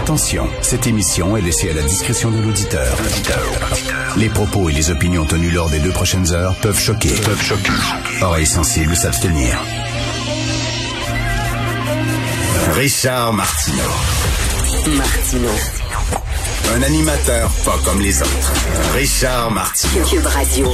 Attention, cette émission est laissée à la discrétion de l'auditeur. Les propos et les opinions tenues lors des 2 prochaines heures peuvent choquer. Oreilles sensibles s'abstenir. Richard Martineau. Un animateur pas comme les autres. Richard Martineau. Cube Radio.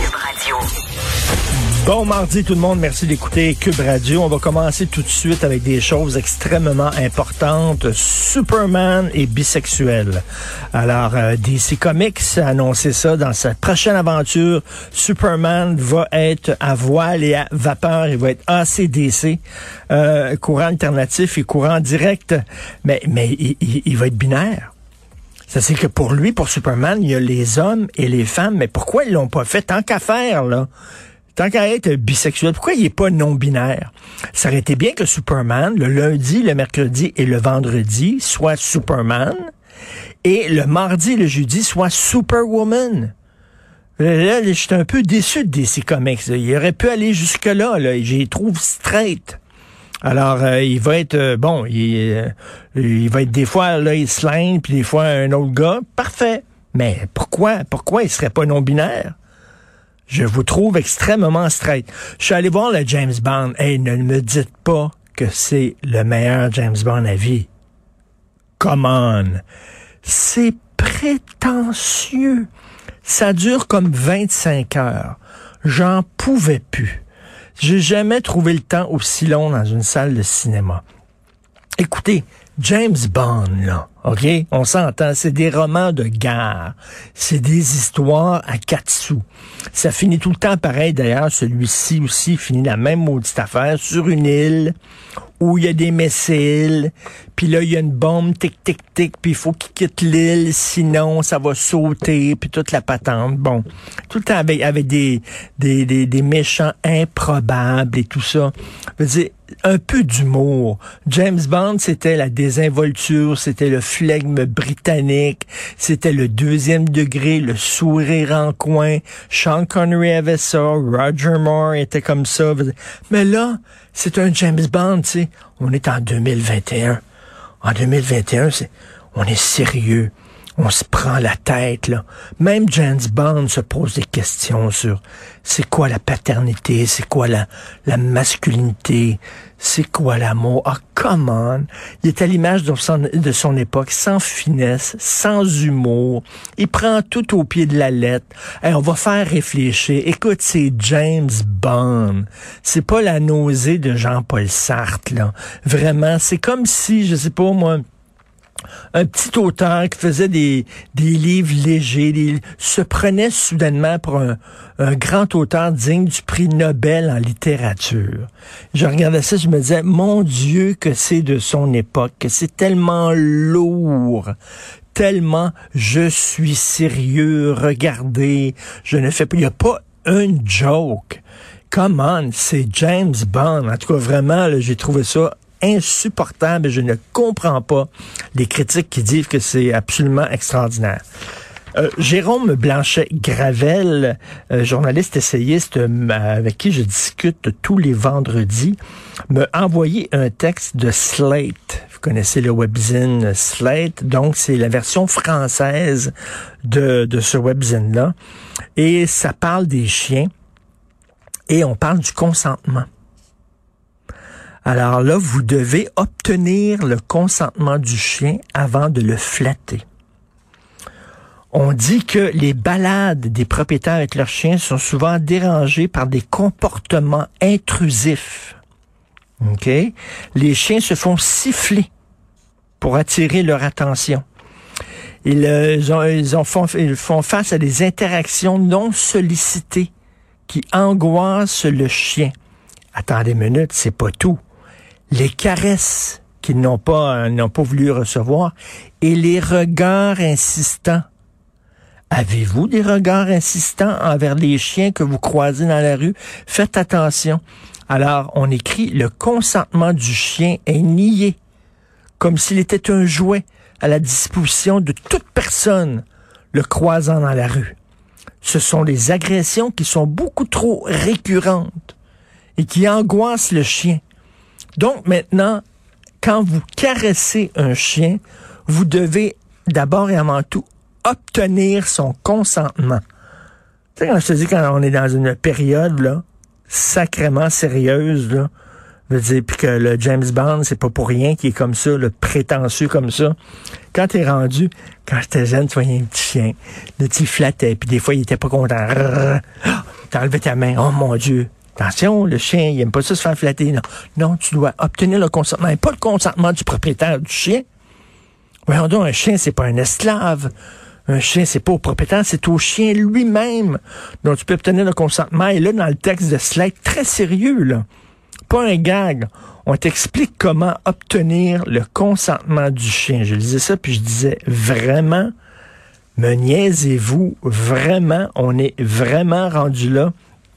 Bon mardi tout le monde, merci d'écouter Cube Radio. On va commencer tout de suite avec des choses extrêmement importantes. Superman est bisexuel. Alors, DC Comics a annoncé ça dans sa prochaine aventure. Superman va être à voile et à vapeur. Il va être AC/DC, courant alternatif et courant direct. Mais il va être binaire. Ça, c'est que pour lui, pour Superman, il y a les hommes et les femmes. Mais pourquoi ils l'ont pas fait tant qu'à faire, là? Tant qu'à être bisexuel, pourquoi il n'est pas non-binaire? Ça aurait été bien que Superman, le lundi, le mercredi et le vendredi, soit Superman, et le mardi et le jeudi, soit Superwoman. Là, je suis un peu déçu de DC Comics. Il aurait pu aller jusque-là. Là. J'y trouve straight. Alors, il va être, il va être des fois Lois Lane, puis des fois un autre gars. Parfait. Mais pourquoi il serait pas non-binaire? Je vous trouve extrêmement straight. Je suis allé voir le James Bond. Hey, ne me dites pas que c'est le meilleur James Bond à vie. Come on. C'est prétentieux. Ça dure comme 25 heures. J'en pouvais plus. J'ai jamais trouvé le temps aussi long dans une salle de cinéma. Écoutez, James Bond, là, OK? On s'entend, c'est des romans de gare. C'est des histoires à 4 sous. Ça finit tout le temps pareil, d'ailleurs. Celui-ci aussi finit la même maudite affaire sur une île où il y a des missiles, puis là, il y a une bombe, tic, tic, tic, puis il faut qu'il quitte l'île, sinon ça va sauter, puis toute la patente. Bon, tout le temps avec des méchants improbables et tout ça. Je veux dire, un peu d'humour. James Bond, c'était la désinvolture, c'était le flegme britannique, c'était le 2e degré, le sourire en coin. Sean Connery avait ça, Roger Moore était comme ça. Mais là, c'est un James Bond, tu sais. On est en 2021. En 2021, on est sérieux. On se prend la tête, là. Même James Bond se pose des questions sur c'est quoi la paternité, c'est quoi la masculinité, c'est quoi l'amour. Ah, come on! Il est à l'image de son époque, sans finesse, sans humour. Il prend tout au pied de la lettre. Hey, on va faire réfléchir. Écoute, c'est James Bond. C'est pas la nausée de Jean-Paul Sartre, là. Vraiment, c'est comme si, je sais pas moi, un petit auteur qui faisait des livres légers, se prenait soudainement pour un grand auteur digne du prix Nobel en littérature. Je regardais ça, je me disais, mon Dieu, que c'est de son époque, que c'est tellement lourd, tellement je suis sérieux, regardez, je ne fais pas, il n'y a pas une joke. Come on, c'est James Bond. En tout cas, vraiment, là, j'ai trouvé ça insupportable. Je ne comprends pas les critiques qui disent que c'est absolument extraordinaire. Jérôme Blanchet-Gravel, journaliste essayiste avec qui je discute tous les vendredis, m'a envoyé un texte de Slate. Vous connaissez le webzine Slate, donc c'est la version française de ce webzine-là. Et ça parle des chiens et on parle du consentement. Alors là, vous devez obtenir le consentement du chien avant de le flatter. On dit que les balades des propriétaires avec leurs chiens sont souvent dérangées par des comportements intrusifs. OK? Les chiens se font siffler pour attirer leur attention. Ils font face à des interactions non sollicitées qui angoissent le chien. Attendez une minute, c'est pas tout. Les caresses qu'ils n'ont pas voulu recevoir et les regards insistants. Avez-vous des regards insistants envers les chiens que vous croisez dans la rue? Faites attention. Alors, on écrit « Le consentement du chien est nié », comme s'il était un jouet à la disposition de toute personne le croisant dans la rue. Ce sont des agressions qui sont beaucoup trop récurrentes et qui angoissent le chien. Donc maintenant, quand vous caressez un chien, vous devez d'abord et avant tout obtenir son consentement. Tu sais, quand je te dis, quand on est dans une période, là, sacrément sérieuse, là, je veux dire, puis que le James Bond, c'est pas pour rien qu'il est comme ça, le prétentieux comme ça. Quand t'es rendu, quand j'étais jeune, tu voyais un petit chien, là, tu flattais, puis des fois, il était pas content. T'enlevais ta main, oh mon Dieu. Attention, le chien, il aime pas ça se faire flatter. Non, tu dois obtenir le consentement, et pas le consentement du propriétaire du chien. Voyons donc, un chien, c'est pas un esclave. Un chien, c'est pas au propriétaire, c'est au chien lui-même. Donc, tu peux obtenir le consentement. Et là, dans le texte de Slate, très sérieux, là. Pas un gag. On t'explique comment obtenir le consentement du chien. Je lisais ça, puis je disais, vraiment, me niaisez-vous, vraiment, on est vraiment rendu là.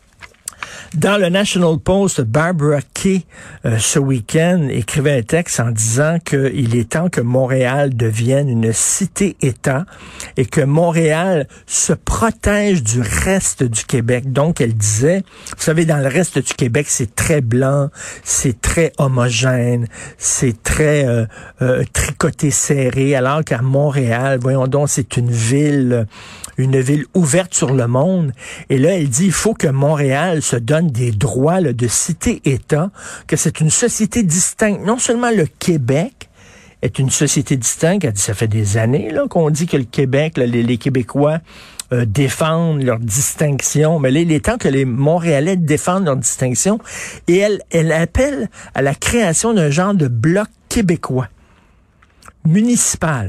Dans le National Post, Barbara Kay, ce week-end, écrivait un texte en disant qu'il est temps que Montréal devienne une cité-État et que Montréal se protège du reste du Québec. Donc, elle disait, vous savez, dans le reste du Québec, c'est très blanc, c'est très homogène, c'est très tricoté serré, alors qu'à Montréal, voyons donc, c'est une ville ouverte sur le monde. Et là, elle dit, il faut que Montréal se donne des droits là, de cité-État, que c'est une société distincte. Non seulement le Québec est une société distincte, elle dit, ça fait des années là, qu'on dit que le Québec, là, les Québécois défendent leur distinction, mais là, il est temps que les Montréalais défendent leur distinction. Et elle appelle à la création d'un genre de bloc québécois, municipal.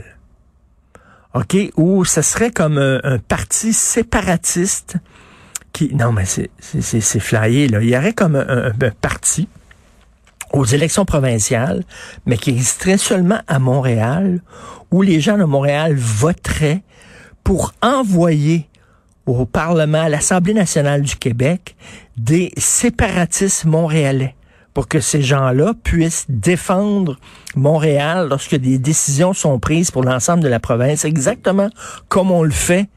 OK, où ça serait comme un parti séparatiste qui... Non, mais c'est flyé, là. Il y aurait comme un parti aux élections provinciales, mais qui existerait seulement à Montréal, où les gens de Montréal voteraient pour envoyer au Parlement, à l'Assemblée nationale du Québec, des séparatistes montréalais, pour que ces gens-là puissent défendre Montréal lorsque des décisions sont prises pour l'ensemble de la province, exactement comme on le fait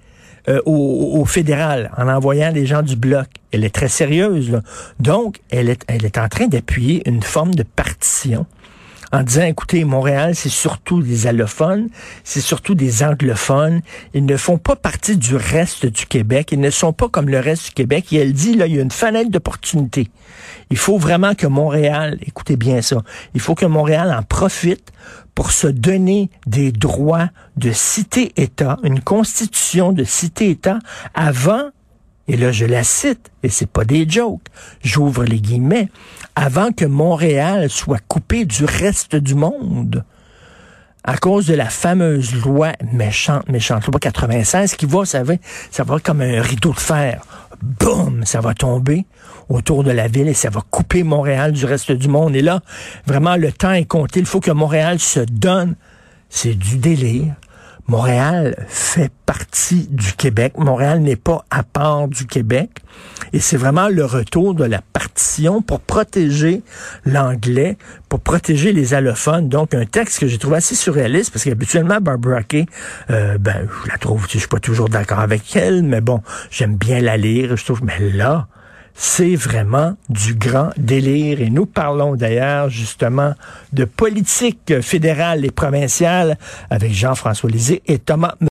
au fédéral, en envoyant des gens du Bloc. Elle est très sérieuse, là. Donc, elle est en train d'appuyer une forme de partition en disant, écoutez, Montréal, c'est surtout des allophones, c'est surtout des anglophones. Ils ne font pas partie du reste du Québec. Ils ne sont pas comme le reste du Québec. Et elle dit, là, il y a une fenêtre d'opportunité. Il faut vraiment que Montréal, écoutez bien ça, il faut que Montréal en profite pour se donner des droits de cité-État, une constitution de cité-État avant, et là je la cite, et c'est pas des jokes, j'ouvre les guillemets, avant que Montréal soit coupé du reste du monde à cause de la fameuse loi méchante, loi 96, qui va, ça va comme un rideau de fer. Boum, ça va tomber autour de la ville et ça va couper Montréal du reste du monde. Et là, vraiment, le temps est compté. Il faut que Montréal se donne. C'est du délire. Montréal fait partie du Québec. Montréal n'est pas à part du Québec. Et c'est vraiment le retour de la partition pour protéger l'anglais, pour protéger les allophones. Donc, un texte que j'ai trouvé assez surréaliste, parce qu'habituellement, Barbara Kay, je la trouve, je suis pas toujours d'accord avec elle, mais bon, j'aime bien la lire, je trouve, mais là, c'est vraiment du grand délire. Et nous parlons d'ailleurs justement de politique fédérale et provinciale avec Jean-François Lisée et Thomas